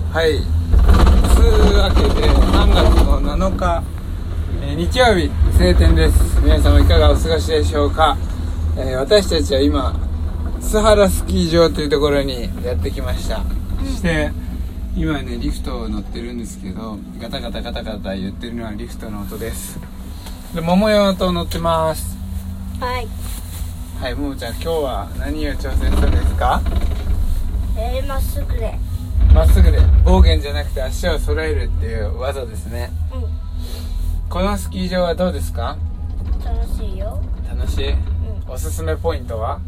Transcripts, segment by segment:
はい。つうわけで3月の7日、日曜日晴天です。皆様いかがお過ごしでしょうか。私たちは今須原スキー場というところにやってきました。そして今ねリフトを乗ってるんですけど、ガタガタガタガタ言ってるのはリフトの音です。で、桃代と乗ってます。 はいはい。ももちゃん、今日は何を挑戦するんですか？ まっすぐでまっすぐで暴言じゃなくて足を揃えるっていう技ですね。このスキー場はどうですか？ 楽しいよ。 楽しい、おすすめポイントは？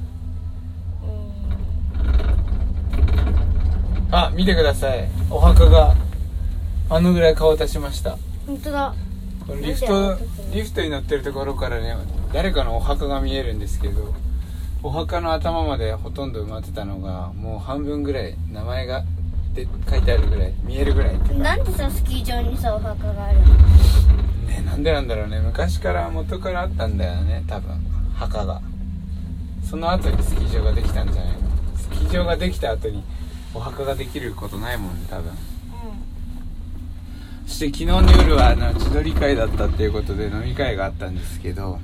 あ、見てください。お墓があのぐらい顔を出しました。 本当だ。 このリフトに乗ってるところからね、誰かのお墓が見えるんですけど、お墓の頭までほとんど埋まってたのがもう半分ぐらい名前がで書いてあるぐらい見えるぐらいっていうか。 なんでさスキー場にさお墓があるの？ ね、なんでなんだろうね。昔から元からあったんだよね、多分墓が。その後にスキー場ができたんじゃないの？スキー場ができた後にお墓ができることないもんね、多分。そして昨日の夜は千鳥会だったっていうことで飲み会があったんですけど、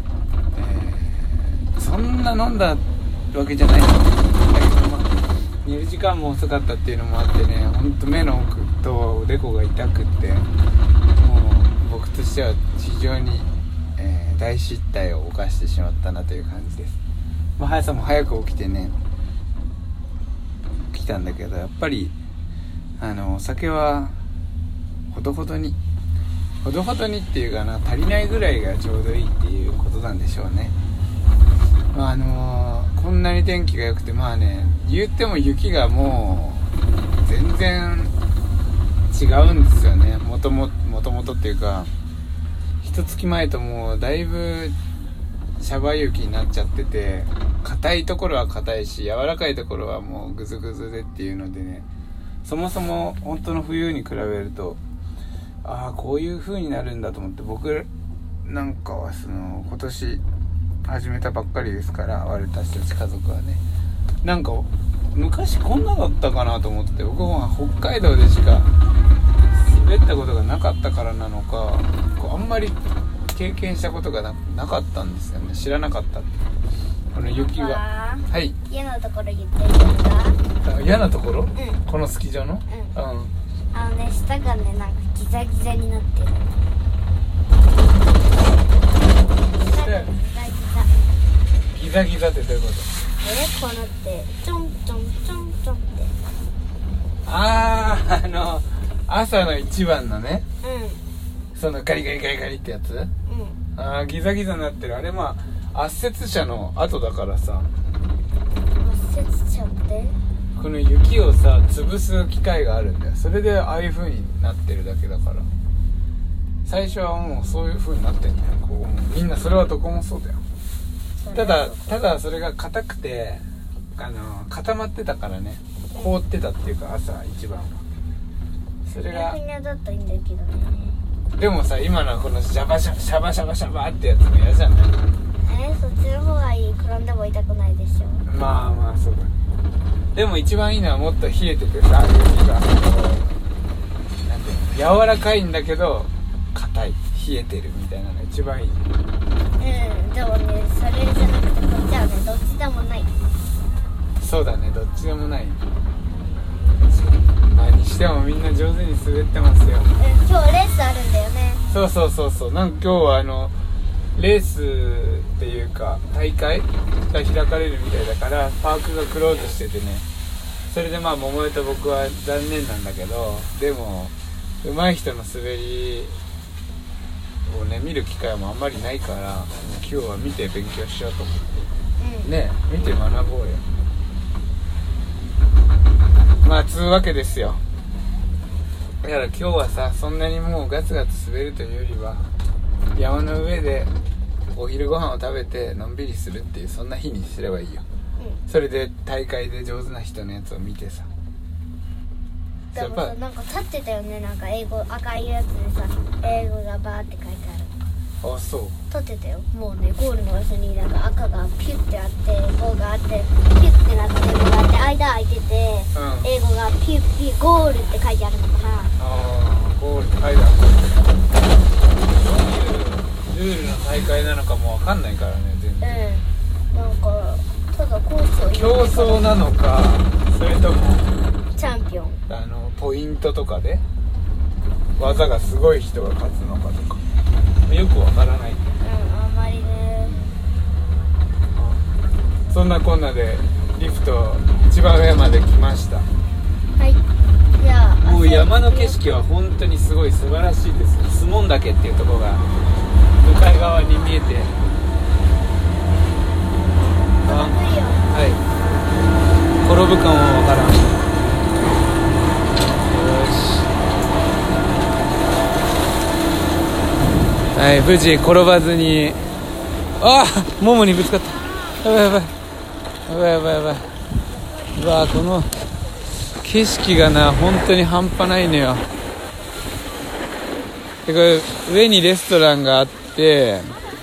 そんな飲んだわけじゃないんだけど、寝る時間も遅かったっていうのもあってね、ほんと目の奥とおでこが痛くって、もう僕としては非常に、大失態を犯してしまったなという感じです。早さも早く起きてね来たんだけど、やっぱりお酒はほどほどにっていうかな、足りないぐらいがちょうどいいっていうことなんでしょうね。こんなに天気が良くて、言っても雪がもう全然違うんですよね。もともとっていうか、一月前ともうだいぶシャバ雪になっちゃってて、硬いところは硬いし柔らかいところはもうグズグズでっていうのでね、そもそも本当の冬に比べるとこういう風になるんだと思って、僕なんかは今年始めたばっかりですから、私たち家族はね、なんか昔こんなだったかなと思って、僕は北海道でしか滑ったことがなかったからなのか、あんまり経験したことがなかったんですよね。知らなかった。この雪が、はい、 嫌なところ言っていいですか？ 嫌なところ？このスキー場の？ 下がね、なんかギザギザになってる。 ギザギザってどういうこと？ こうなってちょんちょんちょんちょんって。 朝の一番のね、そのガリガリガリガリってやつ？ギザギザになってる。あれ圧雪車の後だからさ。 圧雪車って？ この雪をさ潰す機械があるんだよ。それでああいう風になってるだけだから、最初はもうそういう風になってんだよ。みんなそれはどこもそうだよ。ただそれが硬くて固まってたからね、凍ってたっていうか、朝一番はそれが。 だといいんだけどね。 でもさ、今のはこのシャバシャバってやつも嫌じゃない？ そっちの方がいい。転んでも痛くないでしょ。 そうだね。でも一番いいのはもっと冷えててさ、雪が柔らかいんだけど硬い、冷えてるみたいなのが一番いい。 でもね、それじゃなくてこっちはね、どっちでもない。 そうだね、どっちでもない。にしてもみんな上手に滑ってますよ。 今日レースあるんだよね。 そう。なんか今日はレースっていうか大会が開かれるみたいだから、パークがクローズしててね、それで桃江と僕は残念なんだけど、でも上手い人の滑りをね見る機会もあんまりないから、今日は見て勉強しようと思って、ね、見て学ぼうよ。つうわけですよ。だから今日はさ、そんなにもうガツガツ滑るというよりは、山の上でお昼ご飯を食べてのんびりするっていう、そんな日にすればいいよ。それで大会で上手な人のやつを見てさ。 でもさ、なんか立ってたよね、なんか英語赤いやつでさ、英語がバーって書いてある。 そう立ってたよ。もうね、ゴールの場所になんか赤がピュッてあって、棒があってピュッてなって、棒があって間空いてて、英英語がピュッピュゴールって書いてあるのかな。 ああ、ゴールって書いてある。どういうルールの大会なのかもわかんないからね、全然。 なんかただコースを競争なのか、それともチャンピオン、 ポイントとかで技がすごい人が勝つのかとかよくわからない。 あんまりね。 そんなこんなでリフト一番上まで来ました。 はい。じゃあもう山の景色は本当にすごい素晴らしいです。スモン岳っていうところが向かい側に見えて、はい、転ぶかもわからん。よし、はい、無事転ばずに、ああ、ももにぶつかった。やばいやばい。うわ、この景色がな本当に半端ないのよ。でこれ上にレストランがあって、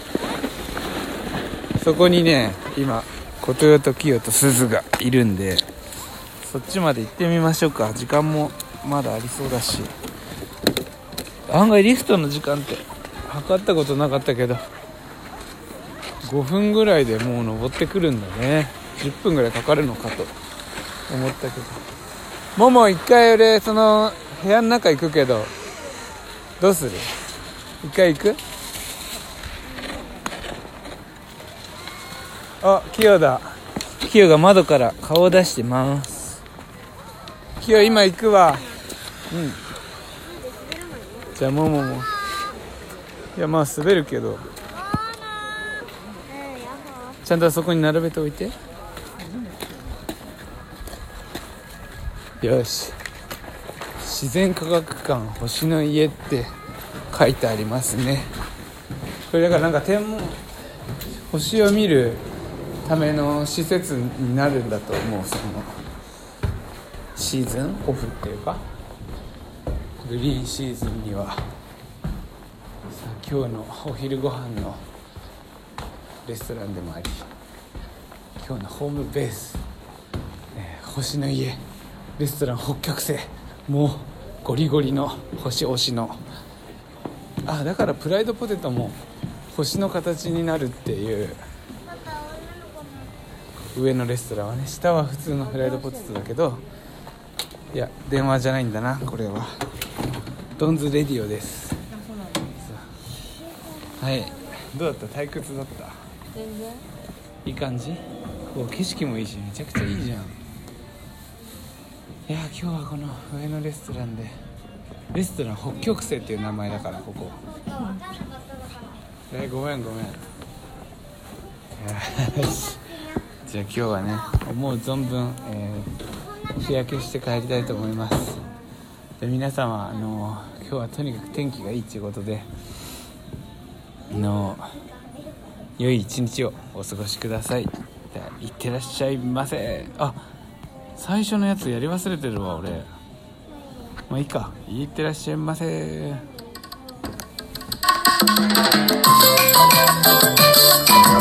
そこにね今琴代と清と鈴がいるんで、そっちまで行ってみましょうか。時間もまだありそうだし、案外リフトの時間って測ったことなかったけど5分ぐらいでもう登ってくるんだね。10分ぐらいかかるのかと思ったけど、もも一回俺その部屋の中行くけどどうする？一回行く？あ、キヨだ。キヨが窓から顔を出してます。キヨ今行くわ。じゃあももも、いやまあ滑るけどちゃんとそこに並べておいて。よし、自然科学館星の家って書いてありますね。これだからなんか星を見るための施設になるんだと思う。そのシーズンオフっていうかグリーンシーズンには。今日のお昼ご飯のレストランでもあり、今日のホームベース、星の家レストラン北極星、もうゴリゴリの星推しの、だからプライドポテトも星の形になるっていう。上のレストランはね、下は普通のフライドポテトだけど、いや電話じゃないんだな、これはドンズレディオです。はい、どうだった？退屈だった？ 全然いい感じ？景色もいいしめちゃくちゃいいじゃん。いや今日はこの上のレストランで、レストラン北極星っていう名前だからここ。ごめんよし、じゃあ今日はね思う存分、日焼けして帰りたいと思います。で皆様今日はとにかく天気がいいということで良い一日をお過ごしください。ではいってらっしゃいませ。最初のやつやり忘れてるわ俺。まあいいか。いってらっしゃいませ。